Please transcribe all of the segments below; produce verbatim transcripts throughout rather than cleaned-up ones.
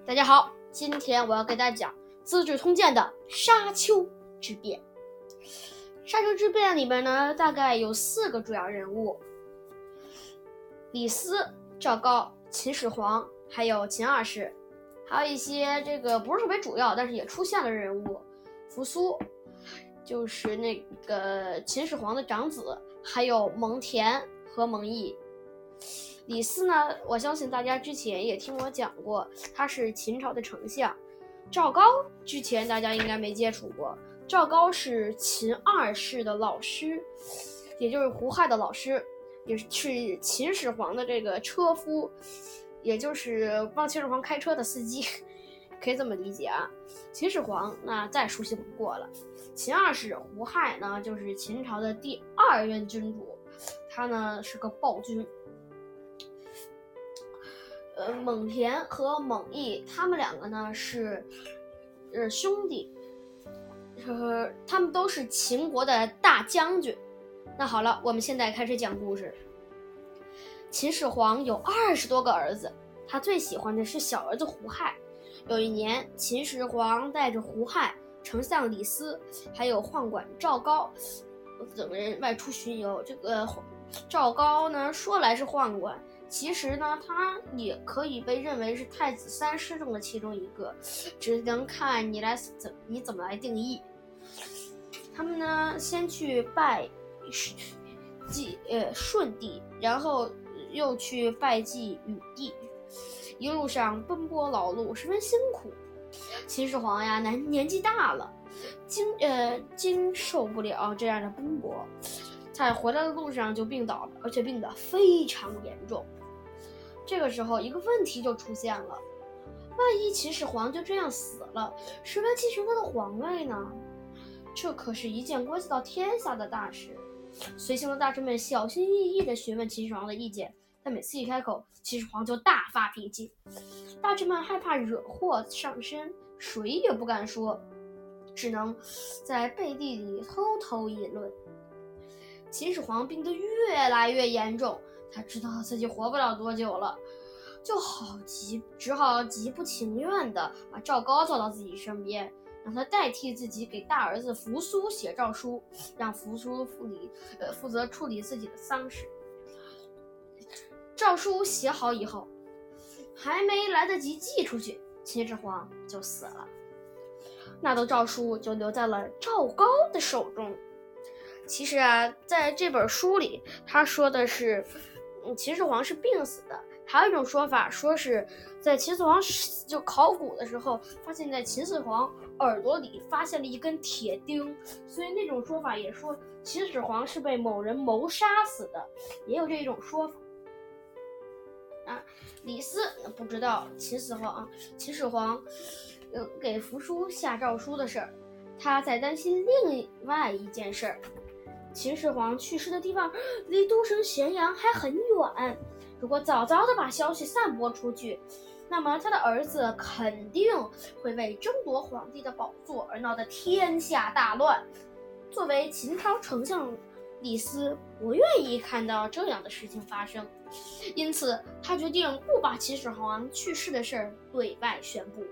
大家好，今天我要给大家讲《资治通鉴》的沙丘之变。沙丘之变里面呢，大概有四个主要人物：李斯、赵高、秦始皇，还有秦二世，还有一些这个不是特别主要，但是也出现了人物，扶苏，就是那个秦始皇的长子，还有蒙恬和蒙毅。李斯呢，我相信大家之前也听我讲过，他是秦朝的丞相。赵高之前大家应该没接触过，赵高是秦二世的老师，也就是胡亥的老师，也是秦始皇的这个车夫，也就是帮秦始皇开车的司机，可以这么理解啊。秦始皇那再熟悉不过了。秦二世胡亥呢，就是秦朝的第二任君主，他呢是个暴君。呃，蒙恬和蒙毅他们两个呢是呃兄弟，呃，他们都是秦国的大将军。那好了，我们现在开始讲故事。秦始皇有二十多个儿子，他最喜欢的是小儿子胡亥。有一年，秦始皇带着胡亥、丞相李斯还有宦官赵高等人外出巡游。这个赵高呢，说来是宦官，其实呢，他也可以被认为是太子三师中的其中一个，只能看你来怎你怎么来定义。他们呢，先去拜祭呃舜帝，然后又去拜祭禹帝，一路上奔波劳碌，十分辛苦。秦始皇呀，年年纪大了，经呃经受不了这样的奔波，在回来的路上就病倒了，而且病得非常严重。这个时候，一个问题就出现了：万一秦始皇就这样死了，谁来继承他的皇位呢？这可是一件关系到天下的大事。随行的大臣们小心翼翼地询问秦始皇的意见，但每次一开口，秦始皇就大发脾气。大臣们害怕惹祸上身，谁也不敢说，只能在背地里偷偷议论。秦始皇病得越来越严重，他知道自己活不了多久了，就好急，只好极不情愿地把赵高叫到自己身边，让他代替自己给大儿子扶苏写诏书，让扶苏负理呃负责处理自己的丧事。诏书写好以后，还没来得及寄出去，秦始皇就死了。那道诏书就留在了赵高的手中。其实啊，在这本书里，他说的是，嗯，秦始皇是病死的。还有一种说法，说是在秦始皇就考古的时候，发现在秦始皇耳朵里发现了一根铁钉，所以那种说法也说秦始皇是被某人谋杀死的，也有这种说法。啊，李斯不知道秦始皇啊，秦始皇，呃，给扶苏下诏书的事儿，他在担心另外一件事儿。秦始皇去世的地方离都城咸阳还很远，如果早早的把消息散播出去，那么他的儿子肯定会为争夺皇帝的宝座而闹得天下大乱。作为秦朝丞相，李斯不愿意看到这样的事情发生，因此他决定不把秦始皇去世的事对外宣布。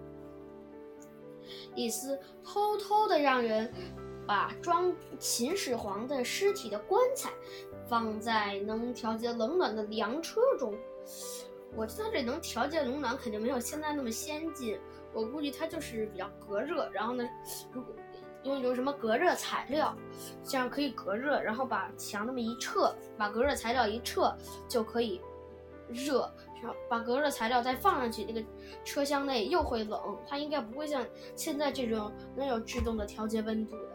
李斯偷偷的让人把装秦始皇的尸体的棺材放在能调节冷暖的凉车中。我知道这能调节冷暖肯定没有现在那么先进，我估计它就是比较隔热，然后呢，如果用一种什么隔热材料，这样可以隔热，然后把墙那么一撤，把隔热材料一撤就可以热，然后把隔热材料再放上去，这个车厢内又会冷，它应该不会像现在这种能有自动的调节温度的。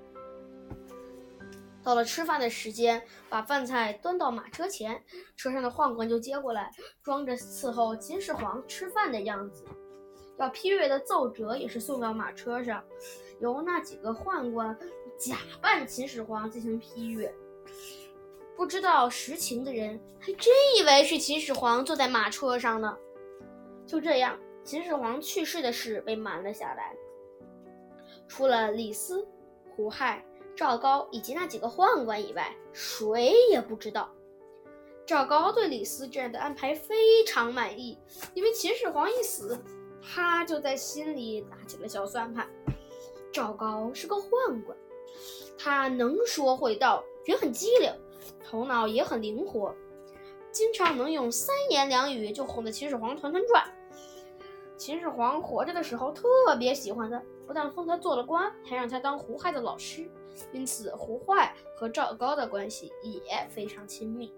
到了吃饭的时间，把饭菜端到马车前，车上的宦官就接过来，装着伺候秦始皇吃饭的样子。要批阅的奏折也是送到马车上，由那几个宦官假扮秦始皇进行批阅。不知道实情的人还真以为是秦始皇坐在马车上呢。就这样，秦始皇去世的事被瞒了下来。除了李斯、胡亥、赵高以及那几个宦官以外，谁也不知道。赵高对李斯这样的安排非常满意，因为秦始皇一死， 他就在心里打起了小算盘。赵高是个宦官，他能说会道，人很机灵，头脑也很灵活，经常能用三言两语就哄得秦始皇团团转。秦始皇活着的时候特别喜欢他，不但封他做了官，还让他当胡亥的老师，因此胡亥和赵高的关系也非常亲密。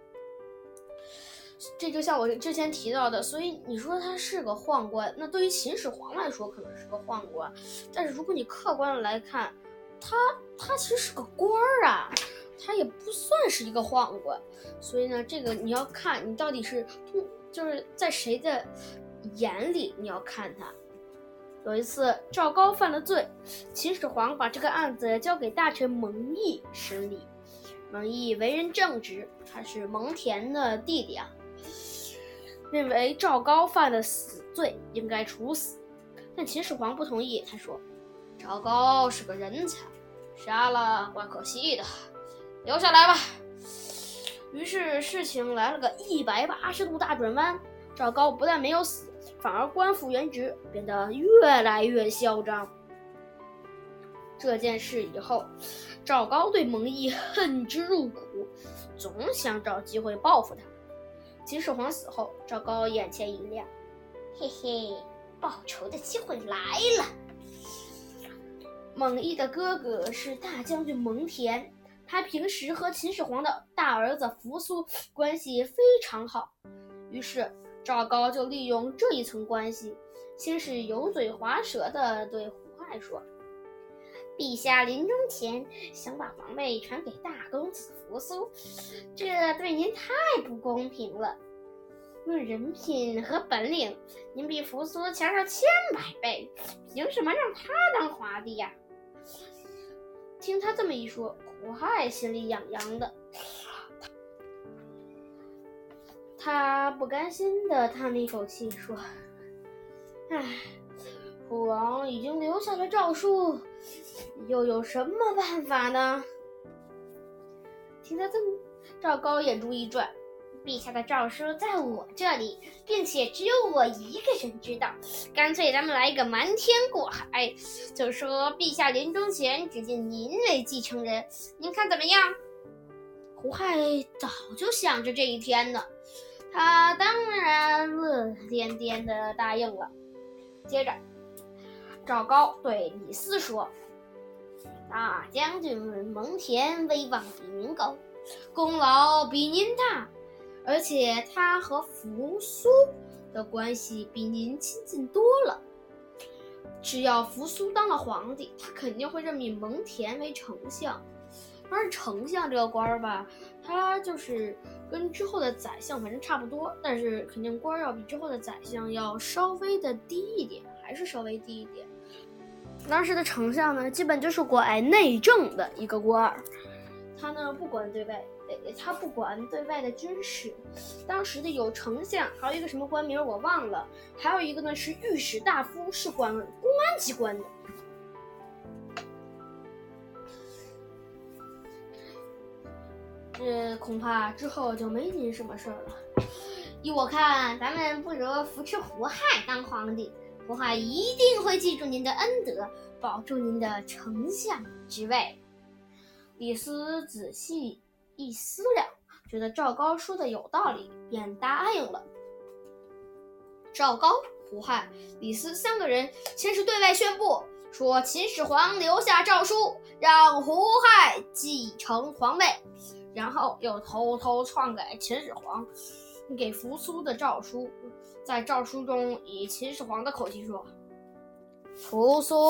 这就像我之前提到的，所以你说他是个宦官，那对于秦始皇来说可能是个宦官，但是如果你客观的来看，他他其实是个官儿啊，他也不算是一个宦官。所以呢，这个你要看你到底是就是在谁的眼里，你要看他。有一次赵高犯了罪，秦始皇把这个案子交给大臣蒙毅审理。蒙毅为人正直，他是蒙恬的弟弟啊，认为赵高犯了死罪，应该处死。但秦始皇不同意，他说赵高是个人才，杀了怪可惜的，留下来吧。于是事情来了个一百八十度大转弯，赵高不但没有死，反而官复原职，变得越来越嚣张。这件事以后，赵高对蒙毅恨之入骨，总想找机会报复他。秦始皇死后，赵高眼前一亮，嘿嘿，报仇的机会来了。蒙毅的哥哥是大将军蒙恬，他平时和秦始皇的大儿子扶苏关系非常好，于是赵高就利用这一层关系，先是油嘴滑舌地对胡亥说，陛下临终前想把皇位传给大公子扶苏，这对您太不公平了。论人品和本领，您比扶苏强上千百倍，凭什么让他当皇帝呀？听他这么一说，胡亥心里痒痒的，他不甘心地叹了一口气，说：“唉，父王已经留下了诏书，又有什么办法呢？”听他这么，赵高眼珠一转，陛下的诏书在我这里，并且只有我一个人知道，干脆咱们来一个瞒天过海，就说陛下临终前只敬您为继承人，您看怎么样？胡亥早就想着这一天呢，他当然乐颠颠地答应了。接着赵高对李斯说，大将军蒙恬威望比您高，功劳比您大，而且他和扶苏的关系比您亲近多了。只要扶苏当了皇帝，他肯定会任命蒙恬为丞相。而丞相这个官儿吧，他就是跟之后的宰相反正差不多，但是肯定官要比之后的宰相要稍微的低一点，还是稍微低一点。当时的丞相呢，基本就是管内政的一个官儿，他呢不管对外，他不管对外的军事。当时的有丞相，还有一个什么官名我忘了，还有一个呢是御史大夫，是管公安机关的。这恐怕之后就没您什么事儿了。依我看，咱们不如扶持胡亥当皇帝，胡亥一定会记住您的恩德，保住您的丞相之位。李斯仔细一思量，觉得赵高说的有道理，便答应了。赵高、胡亥、李斯三个人先是对外宣布说，秦始皇留下诏书，让胡亥继承皇位，然后又偷偷传给秦始皇给扶苏的诏书，在诏书中以秦始皇的口气说，扶苏，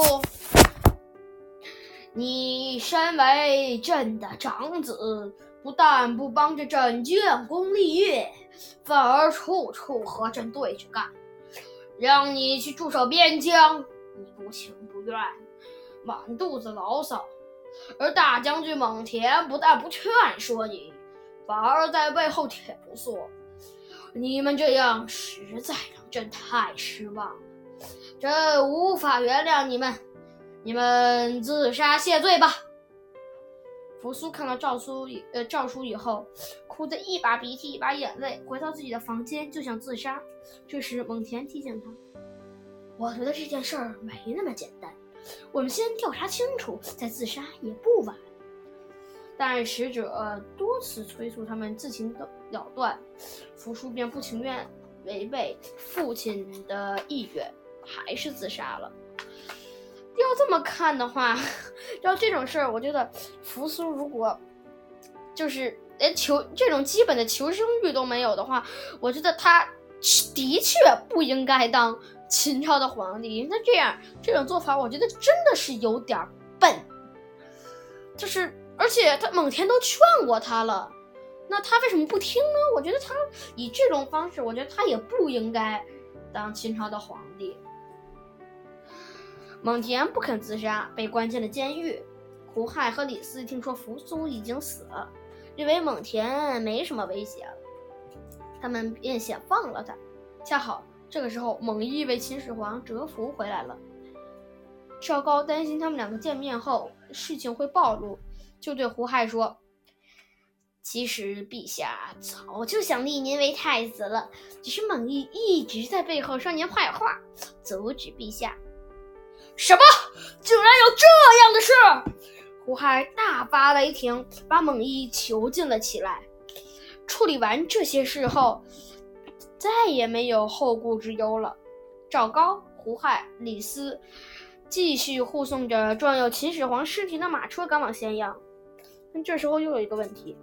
你身为朕的长子，不但不帮着朕建功立业，反而处处和朕对着干，让你去驻守边疆，你不情不愿，满肚子牢骚。而大将军蒙恬不但不劝说你，反而在背后挑唆，你们这样实在让朕太失望了，朕无法原谅你们，你们自杀谢罪吧。扶苏看到诏书呃诏书以后，哭得一把鼻涕一把眼泪，回到自己的房间就想自杀。这时蒙恬提醒他， 我觉得这件事儿没那么简单，我们先调查清楚，再自杀也不晚。但使者多次催促他们自行了断，扶苏便不情愿违背父亲的意愿，还是自杀了。要这么看的话，要这种事儿，我觉得扶苏如果就是连求这种基本的求生欲都没有的话，我觉得他的确不应该当秦朝的皇帝。那这样这种做法，我觉得真的是有点笨。就是而且他蒙恬都劝过他了，那他为什么不听呢？我觉得他以这种方式，我觉得他也不应该当秦朝的皇帝。蒙恬不肯自杀，被关进了监狱。胡亥和李斯听说扶苏已经死了，认为蒙恬没什么威胁了，他们便想放了他。恰好这个时候，蒙毅为秦始皇折服回来了。赵高担心他们两个见面后事情会暴露，就对胡亥说：“其实陛下早就想立您为太子了，只是蒙毅一直在背后说您坏话，阻止陛下。”什么？竟然有这样的事！胡亥大发雷霆，把蒙毅囚禁了起来。处理完这些事后，再也没有后顾之忧了。赵高、胡亥、李斯继续护送着装有秦始皇尸体的马车赶往咸阳。但这时候又有一个问题，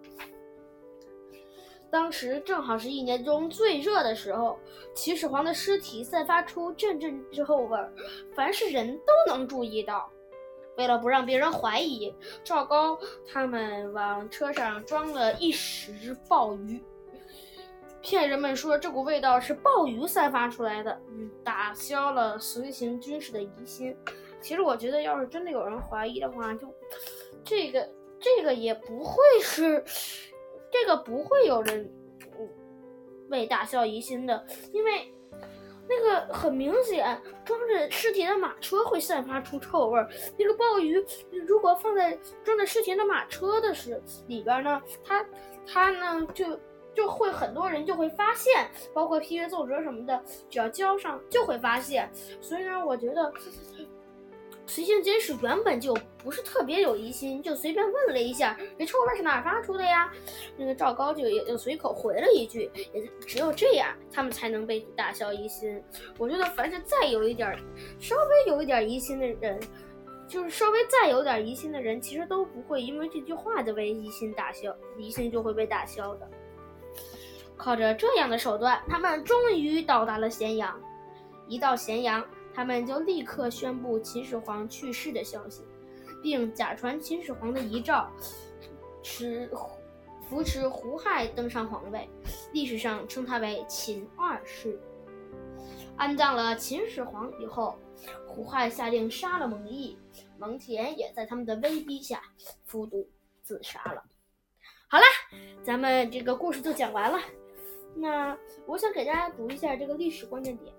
当时正好是一年中最热的时候，秦始皇的尸体散发出阵阵之后味儿，凡是人都能注意到。为了不让别人怀疑，赵高他们往车上装了一石鲍鱼，骗人们说这股味道是鲍鱼散发出来的，嗯，打消了随行军士的疑心。其实我觉得，要是真的有人怀疑的话，就这个这个也不会是。这个不会有人为打消疑心的，因为那个很明显，装着尸体的马车会散发出臭味。那个鲍鱼如果放在装着尸体的马车的是里边呢，它它呢就就会很多人就会发现，包括批阅奏折什么的，只要交上就会发现。所以呢，我觉得随行监视原本就不是特别有疑心，就随便问了一下这臭味是哪儿发出的呀？那个赵高就也就随口回了一句，也只有这样他们才能被打消疑心。我觉得凡是再有一点稍微有一点疑心的人，就是稍微再有点疑心的人，其实都不会因为这句话就被疑心打消，疑心就会被打消的。靠着这样的手段，他们终于到达了咸阳。一到咸阳，他们就立刻宣布秦始皇去世的消息，并假传秦始皇的遗诏，使扶持胡亥登上皇位，历史上称他为秦二世。安葬了秦始皇以后，胡亥下令杀了蒙毅，蒙恬也在他们的威逼下服毒自杀了。好了，咱们这个故事就讲完了。那我想给大家读一下这个历史关键点。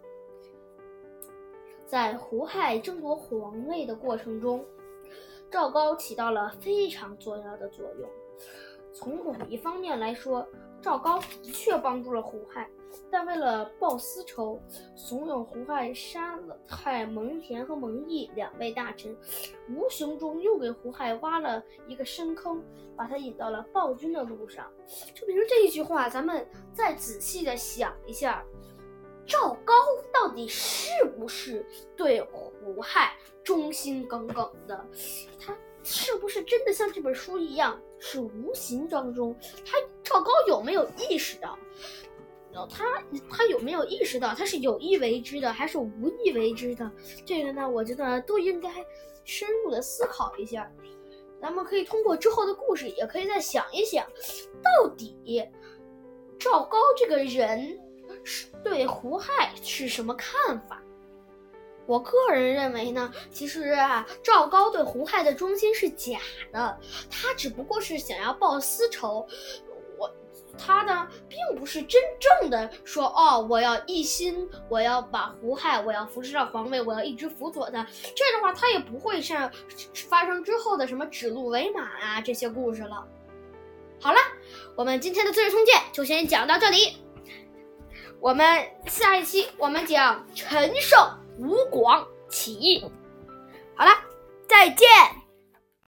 在胡亥争夺皇位的过程中，赵高起到了非常重要的作用。从某一方面来说，赵高的确帮助了胡亥，但为了报私仇，怂恿胡亥杀了害蒙恬和蒙毅两位大臣，无形中又给胡亥挖了一个深坑，把他引到了暴君的路上。就比如这一句话，咱们再仔细的想一下，赵高到底是不是对胡亥忠心耿耿的？他是不是真的像这本书一样，是无形当中，他赵高有没有意识到？他他有没有意识到他是有意为之的，还是无意为之的？这个呢，我觉得都应该深入的思考一下。咱们可以通过之后的故事，也可以再想一想，到底赵高这个人是对胡亥是什么看法？我个人认为呢，其实啊，赵高对胡亥的忠心是假的，他只不过是想要报私仇。我他呢，并不是真正的说，哦，我要一心，我要把胡亥，我要扶持上皇位，我要一直辅佐他。这样的话，他也不会像发生之后的什么指鹿为马啊这些故事了。好了，我们今天的《资治通鉴》就先讲到这里。我们下一期我们讲陈胜吴广起义。好了，再见。